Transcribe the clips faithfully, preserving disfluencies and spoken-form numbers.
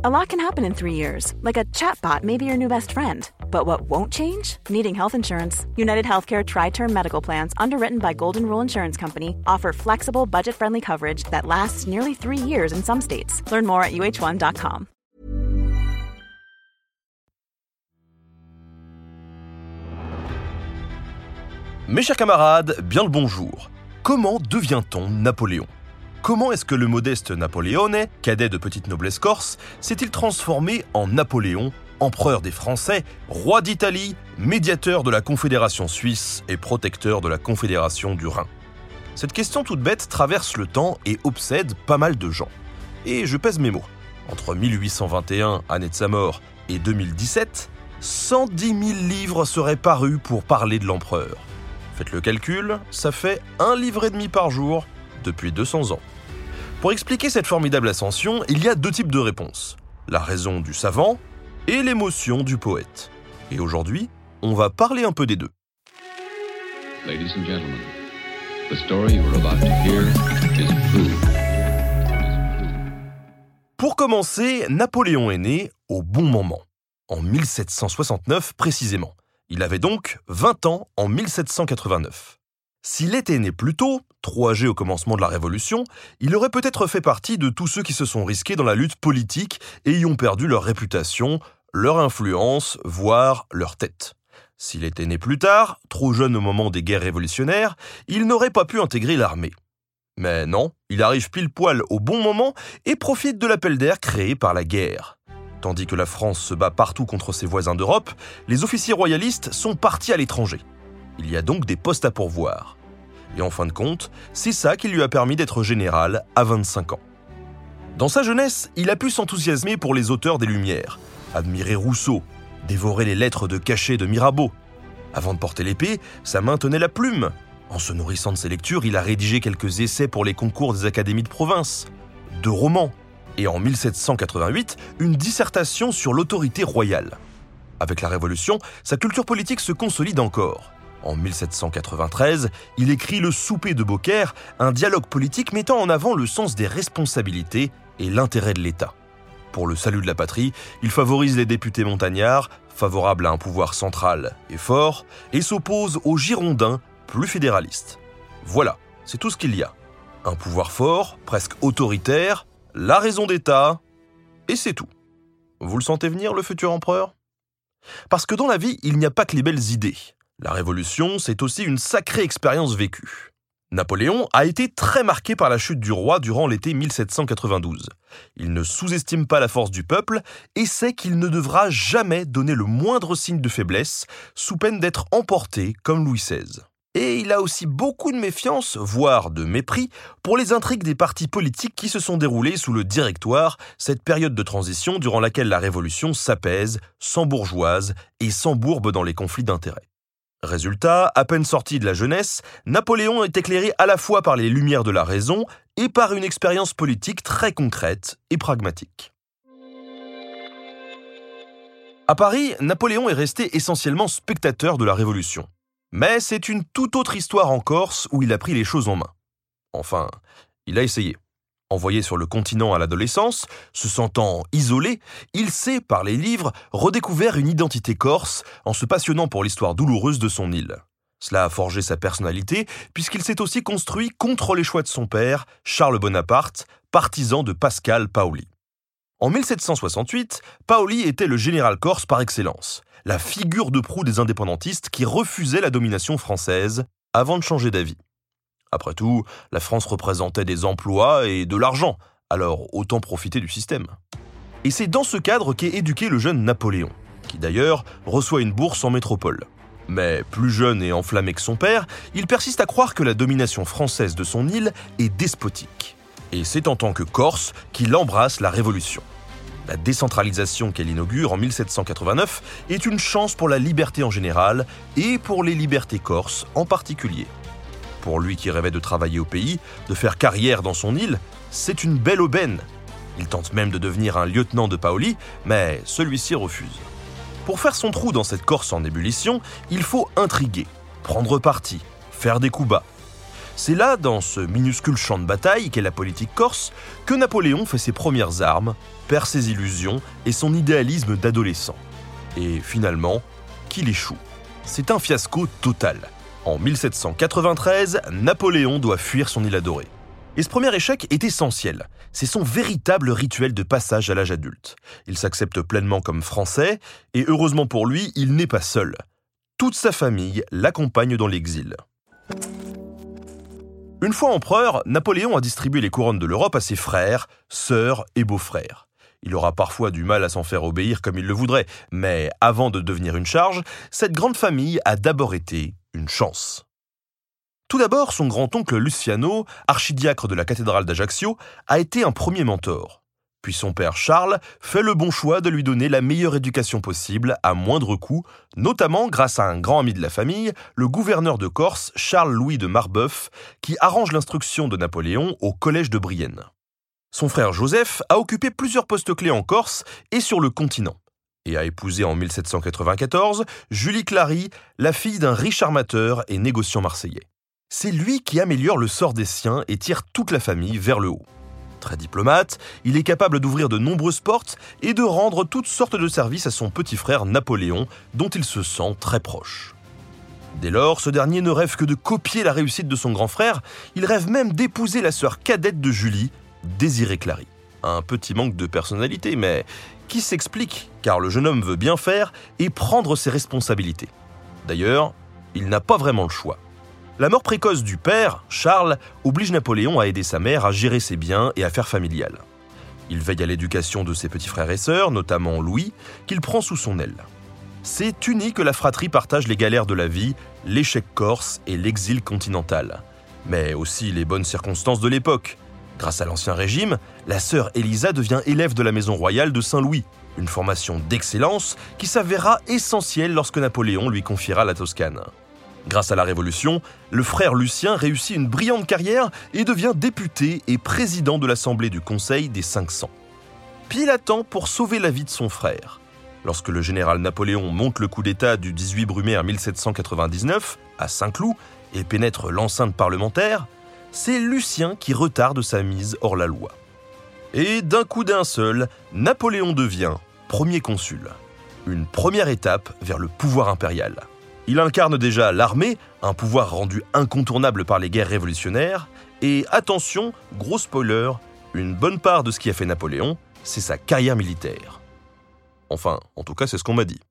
A lot can happen in three years, like a chatbot may be your new best friend. But what won't change? Needing health insurance. United Healthcare Tri-Term Medical Plans, underwritten by Golden Rule Insurance Company, offer flexible, budget-friendly coverage that lasts nearly three years in some states. Learn more at U H one dot com. Mes chers camarades, bien le bonjour. Comment devient-on Napoléon ? Comment est-ce que le modeste Napoleone, cadet de petite noblesse corse, s'est-il transformé en Napoléon, empereur des Français, roi d'Italie, médiateur de la Confédération suisse et protecteur de la Confédération du Rhin ? Cette question toute bête traverse le temps et obsède pas mal de gens. Et je pèse mes mots. Entre mille huit cent vingt et un, année de sa mort, et deux mille dix-sept, cent dix mille livres seraient parus pour parler de l'empereur. Faites le calcul, ça fait un livre et demi par jour depuis deux cents ans. Pour expliquer cette formidable ascension, il y a deux types de réponses. La raison du savant et l'émotion du poète. Et aujourd'hui, on va parler un peu des deux. Ladies and gentlemen, the story you are about to hear is true. Pour commencer, Napoléon est né au bon moment, en mille sept cent soixante-neuf précisément. Il avait donc vingt ans en mille sept cent quatre-vingt-neuf. S'il était né plus tôt, trop âgé au commencement de la Révolution, il aurait peut-être fait partie de tous ceux qui se sont risqués dans la lutte politique et y ont perdu leur réputation, leur influence, voire leur tête. S'il était né plus tard, trop jeune au moment des guerres révolutionnaires, il n'aurait pas pu intégrer l'armée. Mais non, il arrive pile poil au bon moment et profite de l'appel d'air créé par la guerre. Tandis que la France se bat partout contre ses voisins d'Europe, les officiers royalistes sont partis à l'étranger. Il y a donc des postes à pourvoir. Et en fin de compte, c'est ça qui lui a permis d'être général à vingt-cinq ans. Dans sa jeunesse, il a pu s'enthousiasmer pour les auteurs des Lumières, admirer Rousseau, dévorer les lettres de cachet de Mirabeau. Avant de porter l'épée, sa main tenait la plume. En se nourrissant de ses lectures, il a rédigé quelques essais pour les concours des académies de province, deux romans, et en mille sept cent quatre-vingt-huit, une dissertation sur l'autorité royale. Avec la Révolution, sa culture politique se consolide encore. En mille sept cent quatre-vingt-treize, il écrit Le Souper de Beaucaire, un dialogue politique mettant en avant le sens des responsabilités et l'intérêt de l'État. Pour le salut de la patrie, il favorise les députés montagnards, favorables à un pouvoir central et fort, et s'oppose aux Girondins, plus fédéralistes. Voilà, c'est tout ce qu'il y a. Un pouvoir fort, presque autoritaire, la raison d'État, et c'est tout. Vous le sentez venir, le futur empereur ? Parce que dans la vie, il n'y a pas que les belles idées. La Révolution, c'est aussi une sacrée expérience vécue. Napoléon a été très marqué par la chute du roi durant l'été mille sept cent quatre-vingt-douze. Il ne sous-estime pas la force du peuple et sait qu'il ne devra jamais donner le moindre signe de faiblesse, sous peine d'être emporté comme Louis seize. Et il a aussi beaucoup de méfiance, voire de mépris, pour les intrigues des partis politiques qui se sont déroulées sous le Directoire, cette période de transition durant laquelle la Révolution s'apaise, s'embourgeoise et s'embourbe dans les conflits d'intérêts. Résultat, à peine sorti de la jeunesse, Napoléon est éclairé à la fois par les lumières de la raison et par une expérience politique très concrète et pragmatique. À Paris, Napoléon est resté essentiellement spectateur de la Révolution. Mais c'est une toute autre histoire en Corse où il a pris les choses en main. Enfin, il a essayé. Envoyé sur le continent à l'adolescence, se sentant isolé, il s'est, par les livres, redécouvert une identité corse en se passionnant pour l'histoire douloureuse de son île. Cela a forgé sa personnalité puisqu'il s'est aussi construit contre les choix de son père, Charles Bonaparte, partisan de Pascal Paoli. En mille sept cent soixante-huit, Paoli était le général corse par excellence, la figure de proue des indépendantistes qui refusaient la domination française avant de changer d'avis. Après tout, la France représentait des emplois et de l'argent, alors autant profiter du système. Et c'est dans ce cadre qu'est éduqué le jeune Napoléon, qui d'ailleurs reçoit une bourse en métropole. Mais plus jeune et enflammé que son père, il persiste à croire que la domination française de son île est despotique. Et c'est en tant que Corse qu'il embrasse la Révolution. La décentralisation qu'elle inaugure en mille sept cent quatre-vingt-neuf est une chance pour la liberté en général et pour les libertés corses en particulier. Pour lui qui rêvait de travailler au pays, de faire carrière dans son île, c'est une belle aubaine. Il tente même de devenir un lieutenant de Paoli, mais celui-ci refuse. Pour faire son trou dans cette Corse en ébullition, il faut intriguer, prendre parti, faire des coups bas. C'est là, dans ce minuscule champ de bataille qu'est la politique corse, que Napoléon fait ses premières armes, perd ses illusions et son idéalisme d'adolescent. Et finalement, qu'il échoue. C'est un fiasco total. En mille sept cent quatre-vingt-treize, Napoléon doit fuir son île adorée. Et ce premier échec est essentiel. C'est son véritable rituel de passage à l'âge adulte. Il s'accepte pleinement comme français, et heureusement pour lui, il n'est pas seul. Toute sa famille l'accompagne dans l'exil. Une fois empereur, Napoléon a distribué les couronnes de l'Europe à ses frères, sœurs et beaux-frères. Il aura parfois du mal à s'en faire obéir comme il le voudrait, mais avant de devenir une charge, cette grande famille a d'abord été une chance. Tout d'abord, son grand-oncle Luciano, archidiacre de la cathédrale d'Ajaccio, a été un premier mentor. Puis son père Charles fait le bon choix de lui donner la meilleure éducation possible à moindre coût, notamment grâce à un grand ami de la famille, le gouverneur de Corse, Charles-Louis de Marbeuf, qui arrange l'instruction de Napoléon au collège de Brienne. Son frère Joseph a occupé plusieurs postes clés en Corse et sur le continent, et a épousé en mille sept cent quatre-vingt-quatorze Julie Clary, la fille d'un riche armateur et négociant marseillais. C'est lui qui améliore le sort des siens et tire toute la famille vers le haut. Très diplomate, il est capable d'ouvrir de nombreuses portes et de rendre toutes sortes de services à son petit frère Napoléon, dont il se sent très proche. Dès lors, ce dernier ne rêve que de copier la réussite de son grand frère, il rêve même d'épouser la sœur cadette de Julie, Désirée Clary. Un petit manque de personnalité, mais qui s'explique, car le jeune homme veut bien faire et prendre ses responsabilités. D'ailleurs, il n'a pas vraiment le choix. La mort précoce du père, Charles, oblige Napoléon à aider sa mère à gérer ses biens et affaires familiales. Il veille à l'éducation de ses petits frères et sœurs, notamment Louis, qu'il prend sous son aile. C'est uni que la fratrie partage les galères de la vie, l'échec corse et l'exil continental, mais aussi les bonnes circonstances de l'époque. Grâce à l'Ancien Régime, la sœur Élisa devient élève de la maison royale de Saint-Louis, une formation d'excellence qui s'avéra essentielle lorsque Napoléon lui confiera la Toscane. Grâce à la Révolution, le frère Lucien réussit une brillante carrière et devient député et président de l'Assemblée du Conseil des cinq cents. Pile à temps pour sauver la vie de son frère. Lorsque le général Napoléon monte le coup d'État du dix-huit Brumaire mille sept cent quatre-vingt-dix-neuf à Saint-Cloud et pénètre l'enceinte parlementaire, c'est Lucien qui retarde sa mise hors la loi. Et d'un coup d'un seul, Napoléon devient premier consul. Une première étape vers le pouvoir impérial. Il incarne déjà l'armée, un pouvoir rendu incontournable par les guerres révolutionnaires, et attention, gros spoiler, une bonne part de ce qui a fait Napoléon, c'est sa carrière militaire. Enfin, en tout cas, c'est ce qu'on m'a dit.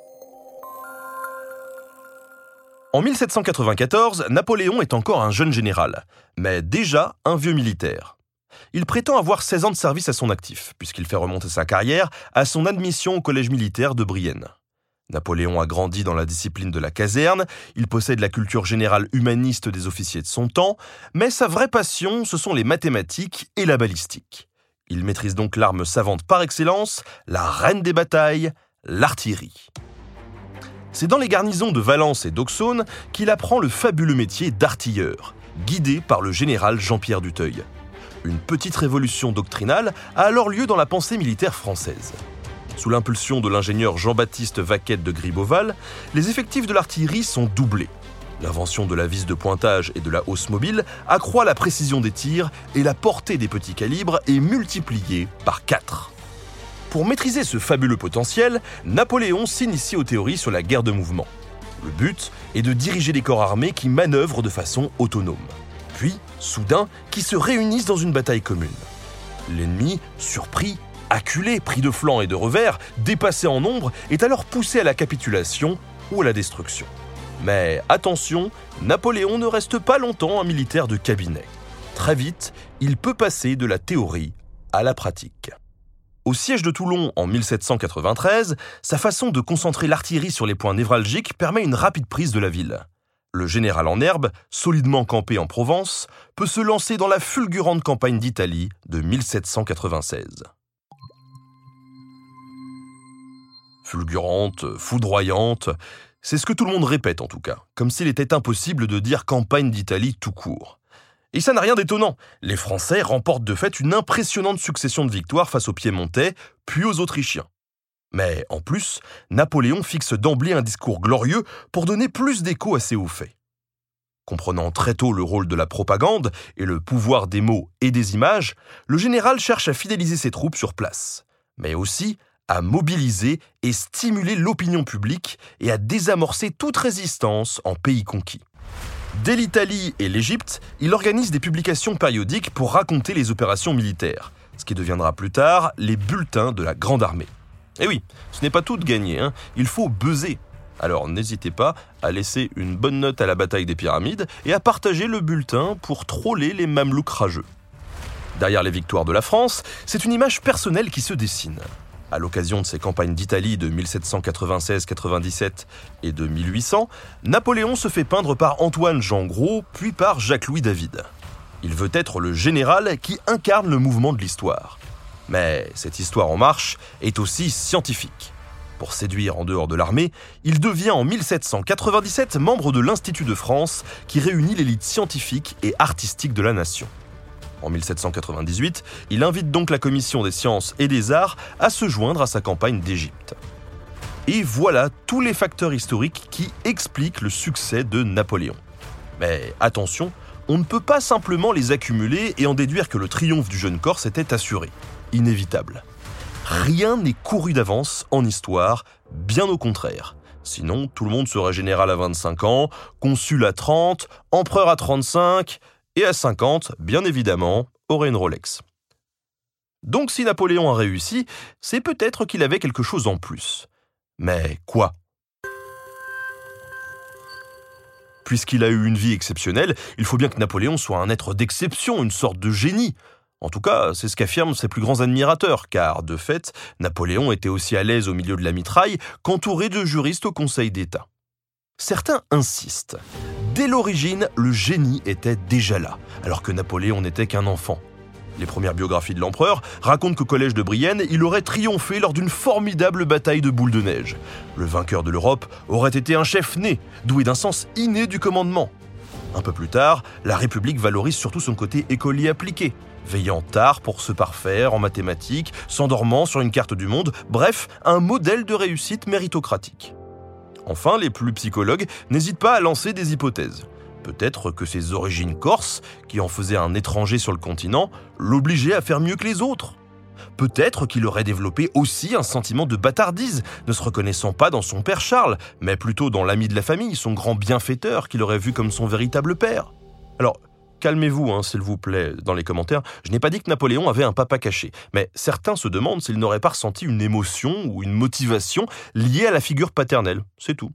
En mille sept cent quatre-vingt-quatorze, Napoléon est encore un jeune général, mais déjà un vieux militaire. Il prétend avoir seize ans de service à son actif, puisqu'il fait remonter sa carrière à son admission au collège militaire de Brienne. Napoléon a grandi dans la discipline de la caserne, il possède la culture générale humaniste des officiers de son temps, mais sa vraie passion, ce sont les mathématiques et la balistique. Il maîtrise donc l'arme savante par excellence, la reine des batailles, l'artillerie. C'est dans les garnisons de Valence et d'Auxonne qu'il apprend le fabuleux métier d'artilleur, guidé par le général Jean-Pierre Duteuil. Une petite révolution doctrinale a alors lieu dans la pensée militaire française. Sous l'impulsion de l'ingénieur Jean-Baptiste Vaquette de Gribeauval, les effectifs de l'artillerie sont doublés. L'invention de la vis de pointage et de la hausse mobile accroît la précision des tirs et la portée des petits calibres est multipliée par quatre. Pour maîtriser ce fabuleux potentiel, Napoléon s'initie aux théories sur la guerre de mouvement. Le but est de diriger des corps armés qui manœuvrent de façon autonome. Puis, soudain, qui se réunissent dans une bataille commune. L'ennemi, surpris, acculé, pris de flanc et de revers, dépassé en nombre, est alors poussé à la capitulation ou à la destruction. Mais attention, Napoléon ne reste pas longtemps un militaire de cabinet. Très vite, il peut passer de la théorie à la pratique. Au siège de Toulon en mille sept cent quatre-vingt-treize, sa façon de concentrer l'artillerie sur les points névralgiques permet une rapide prise de la ville. Le général en herbe, solidement campé en Provence, peut se lancer dans la fulgurante campagne d'Italie de mille sept cent quatre-vingt-seize. Fulgurante, foudroyante, c'est ce que tout le monde répète en tout cas, comme s'il était impossible de dire campagne d'Italie tout court. Et ça n'a rien d'étonnant, les Français remportent de fait une impressionnante succession de victoires face aux Piémontais, puis aux Autrichiens. Mais en plus, Napoléon fixe d'emblée un discours glorieux pour donner plus d'écho à ses hauts faits. Comprenant très tôt le rôle de la propagande et le pouvoir des mots et des images, le général cherche à fidéliser ses troupes sur place, mais aussi à mobiliser et stimuler l'opinion publique et à désamorcer toute résistance en pays conquis. Dès l'Italie et l'Égypte, il organise des publications périodiques pour raconter les opérations militaires, ce qui deviendra plus tard les bulletins de la Grande Armée. Et oui, ce n'est pas tout de gagné, hein. Il faut buzzer. Alors n'hésitez pas à laisser une bonne note à la bataille des pyramides et à partager le bulletin pour troller les mamelouks rageux. Derrière les victoires de la France, c'est une image personnelle qui se dessine. À l'occasion de ses campagnes d'Italie de mille sept cent quatre-vingt-seize quatre-vingt-dix-sept et de mille huit cents, Napoléon se fait peindre par Antoine Jean Gros, puis par Jacques-Louis David. Il veut être le général qui incarne le mouvement de l'histoire. Mais cette histoire en marche est aussi scientifique. Pour séduire en dehors de l'armée, il devient en mille sept cent quatre-vingt-dix-sept membre de l'Institut de France qui réunit l'élite scientifique et artistique de la nation. En mille sept cent quatre-vingt-dix-huit, il invite donc la Commission des sciences et des arts à se joindre à sa campagne d'Égypte. Et voilà tous les facteurs historiques qui expliquent le succès de Napoléon. Mais attention, on ne peut pas simplement les accumuler et en déduire que le triomphe du jeune Corse était assuré. Inévitable. Rien n'est couru d'avance en histoire, bien au contraire. Sinon, tout le monde serait général à vingt-cinq ans, consul à trente, empereur à trente-cinq, et à cinquante, bien évidemment, aurait une Rolex. Donc si Napoléon a réussi, c'est peut-être qu'il avait quelque chose en plus. Mais quoi ? Puisqu'il a eu une vie exceptionnelle, il faut bien que Napoléon soit un être d'exception, une sorte de génie. En tout cas, c'est ce qu'affirment ses plus grands admirateurs, car, de fait, Napoléon était aussi à l'aise au milieu de la mitraille qu'entouré de juristes au Conseil d'État. Certains insistent. Dès l'origine, le génie était déjà là, alors que Napoléon n'était qu'un enfant. Les premières biographies de l'empereur racontent qu'au collège de Brienne, il aurait triomphé lors d'une formidable bataille de boules de neige. Le vainqueur de l'Europe aurait été un chef né, doué d'un sens inné du commandement. Un peu plus tard, la République valorise surtout son côté écolier appliqué, veillant tard pour se parfaire en mathématiques, s'endormant sur une carte du monde, bref, un modèle de réussite méritocratique. Enfin, les plus psychologues n'hésitent pas à lancer des hypothèses. Peut-être que ses origines corses, qui en faisaient un étranger sur le continent, l'obligeaient à faire mieux que les autres. Peut-être qu'il aurait développé aussi un sentiment de bâtardise, ne se reconnaissant pas dans son père Charles, mais plutôt dans l'ami de la famille, son grand bienfaiteur qu'il aurait vu comme son véritable père. Alors, calmez-vous, hein, s'il vous plaît, dans les commentaires. Je n'ai pas dit que Napoléon avait un papa caché, mais certains se demandent s'il n'aurait pas ressenti une émotion ou une motivation liée à la figure paternelle. C'est tout.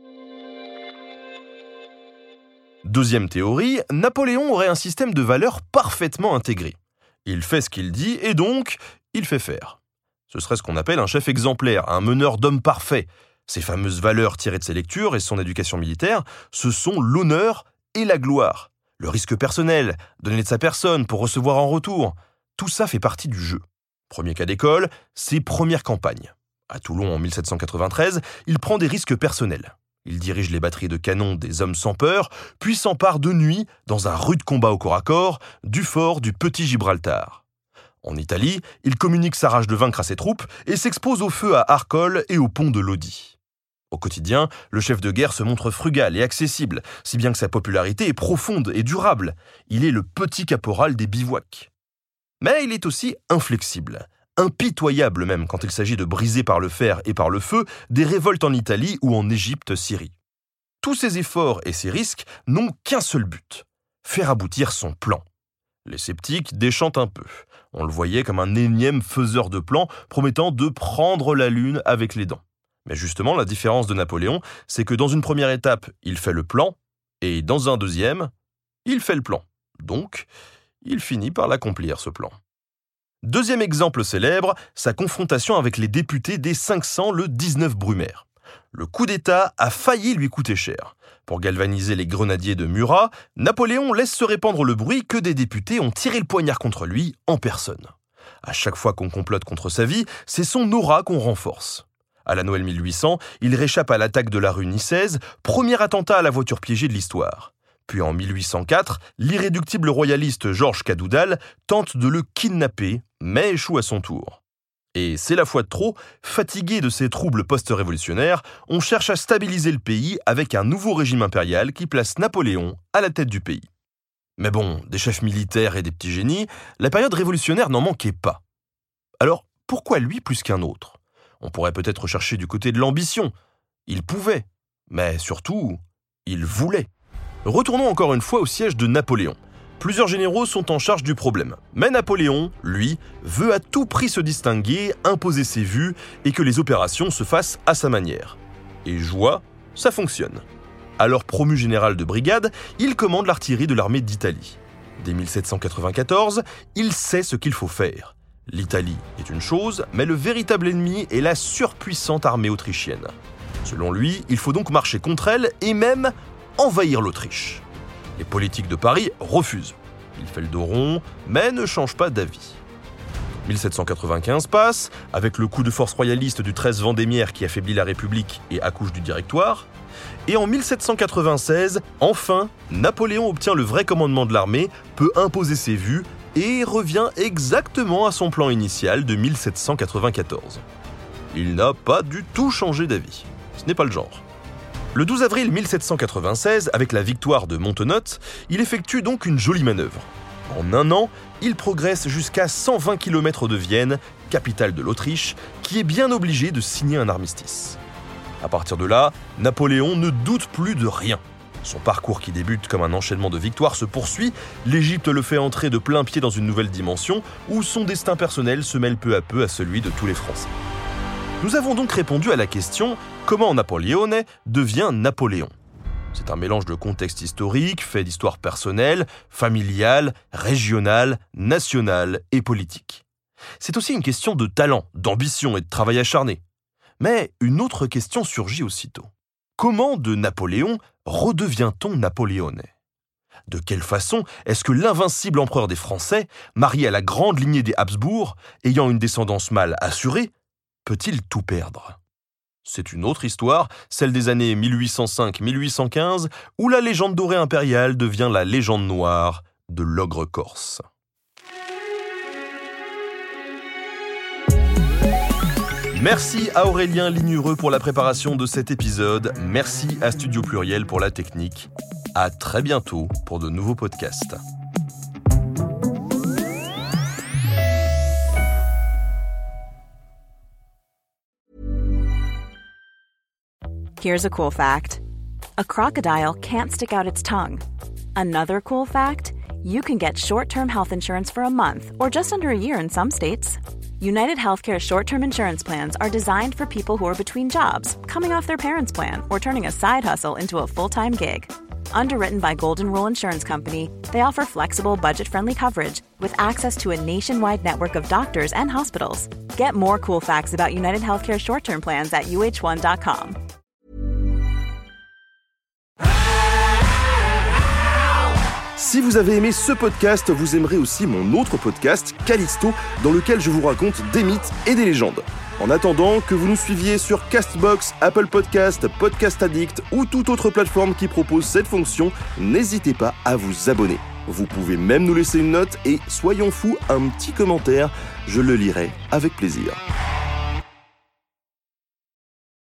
Deuxième théorie, Napoléon aurait un système de valeurs parfaitement intégré. Il fait ce qu'il dit et donc, il fait faire. Ce serait ce qu'on appelle un chef exemplaire, un meneur d'hommes parfait. Ces fameuses valeurs tirées de ses lectures et son éducation militaire, ce sont l'honneur et la gloire. Le risque personnel, donner de sa personne pour recevoir en retour, tout ça fait partie du jeu. Premier cas d'école, ses premières campagnes. À Toulon en mille sept cent quatre-vingt-treize, il prend des risques personnels. Il dirige les batteries de canons des hommes sans peur, puis s'empare de nuit, dans un rude combat au corps à corps, du fort du Petit Gibraltar. En Italie, il communique sa rage de vaincre à ses troupes et s'expose au feu à Arcole et au pont de Lodi. Au quotidien, le chef de guerre se montre frugal et accessible, si bien que sa popularité est profonde et durable. Il est le petit caporal des bivouacs. Mais il est aussi inflexible, impitoyable même quand il s'agit de briser par le fer et par le feu des révoltes en Italie ou en Égypte, Syrie. Tous ces efforts et ces risques n'ont qu'un seul but, faire aboutir son plan. Les sceptiques déchantent un peu. On le voyait comme un énième faiseur de plans promettant de prendre la lune avec les dents. Mais justement, la différence de Napoléon, c'est que dans une première étape, il fait le plan, et dans un deuxième, il fait le plan. Donc, il finit par l'accomplir, ce plan. Deuxième exemple célèbre, sa confrontation avec les députés des cinq cents le dix-neuf Brumaire. Le coup d'État a failli lui coûter cher. Pour galvaniser les grenadiers de Murat, Napoléon laisse se répandre le bruit que des députés ont tiré le poignard contre lui en personne. À chaque fois qu'on complote contre sa vie, c'est son aura qu'on renforce. À la Noël mille huit cents, il réchappe à l'attaque de la rue Nicaise, premier attentat à la voiture piégée de l'histoire. Puis en mille huit cent quatre, l'irréductible royaliste Georges Cadoudal tente de le kidnapper, mais échoue à son tour. Et c'est la fois de trop, fatigué de ces troubles post-révolutionnaires, on cherche à stabiliser le pays avec un nouveau régime impérial qui place Napoléon à la tête du pays. Mais bon, des chefs militaires et des petits génies, la période révolutionnaire n'en manquait pas. Alors, pourquoi lui plus qu'un autre ? On pourrait peut-être chercher du côté de l'ambition. Il pouvait, mais surtout, il voulait. Retournons encore une fois au siège de Napoléon. Plusieurs généraux sont en charge du problème. Mais Napoléon, lui, veut à tout prix se distinguer, imposer ses vues et que les opérations se fassent à sa manière. Et joie, ça fonctionne. Alors promu général de brigade, il commande l'artillerie de l'armée d'Italie. Dès mille sept cent quatre-vingt-quatorze, il sait ce qu'il faut faire. L'Italie est une chose, mais le véritable ennemi est la surpuissante armée autrichienne. Selon lui, il faut donc marcher contre elle et même envahir l'Autriche. Les politiques de Paris refusent. Il fait le dos rond, mais ne change pas d'avis. mille sept cent quatre-vingt-quinze passe, avec le coup de force royaliste du treize Vendémiaire qui affaiblit la République et accouche du Directoire. Et en mille sept cent quatre-vingt-seize, enfin, Napoléon obtient le vrai commandement de l'armée, peut imposer ses vues et revient exactement à son plan initial de mille sept cent quatre-vingt-quatorze. Il n'a pas du tout changé d'avis. Ce n'est pas le genre. Le douze avril mille sept cent quatre-vingt-seize, avec la victoire de Montenotte, il effectue donc une jolie manœuvre. En un an, il progresse jusqu'à cent vingt kilomètres de Vienne, capitale de l'Autriche, qui est bien obligée de signer un armistice. À partir de là, Napoléon ne doute plus de rien. Son parcours qui débute comme un enchaînement de victoires se poursuit, l'Égypte le fait entrer de plein pied dans une nouvelle dimension où son destin personnel se mêle peu à peu à celui de tous les Français. Nous avons donc répondu à la question « Comment Napoleone devient Napoléon ?» C'est un mélange de contexte historique, fait d'histoire personnelle, familiale, régionale, nationale et politique. C'est aussi une question de talent, d'ambition et de travail acharné. Mais une autre question surgit aussitôt. Comment de Napoléon redevient-on napoléonais ? De quelle façon est-ce que l'invincible empereur des Français, marié à la grande lignée des Habsbourg, ayant une descendance mâle assurée, peut-il tout perdre ? C'est une autre histoire, celle des années mille huit cent cinq à mille huit cent quinze, où la légende dorée impériale devient la légende noire de l'ogre corse. Merci à Aurélien Lignureux pour la préparation de cet épisode. Merci à Studio Pluriel pour la technique. À très bientôt pour de nouveaux podcasts. Here's a cool fact. A crocodile can't stick out its tongue. Another cool fact, you can get short-term health insurance for a month or just under a year in some states. United Healthcare short-term insurance plans are designed for people who are between jobs, coming off their parents' plan, or turning a side hustle into a full-time gig. Underwritten by Golden Rule Insurance Company, they offer flexible, budget-friendly coverage with access to a nationwide network of doctors and hospitals. Get more cool facts about United Healthcare short-term plans at U H one dot com. Si vous avez aimé ce podcast, vous aimerez aussi mon autre podcast, Callisto, dans lequel je vous raconte des mythes et des légendes. En attendant que vous nous suiviez sur Castbox, Apple Podcast, Podcast Addict ou toute autre plateforme qui propose cette fonction, n'hésitez pas à vous abonner. Vous pouvez même nous laisser une note et, soyons fous, un petit commentaire, je le lirai avec plaisir.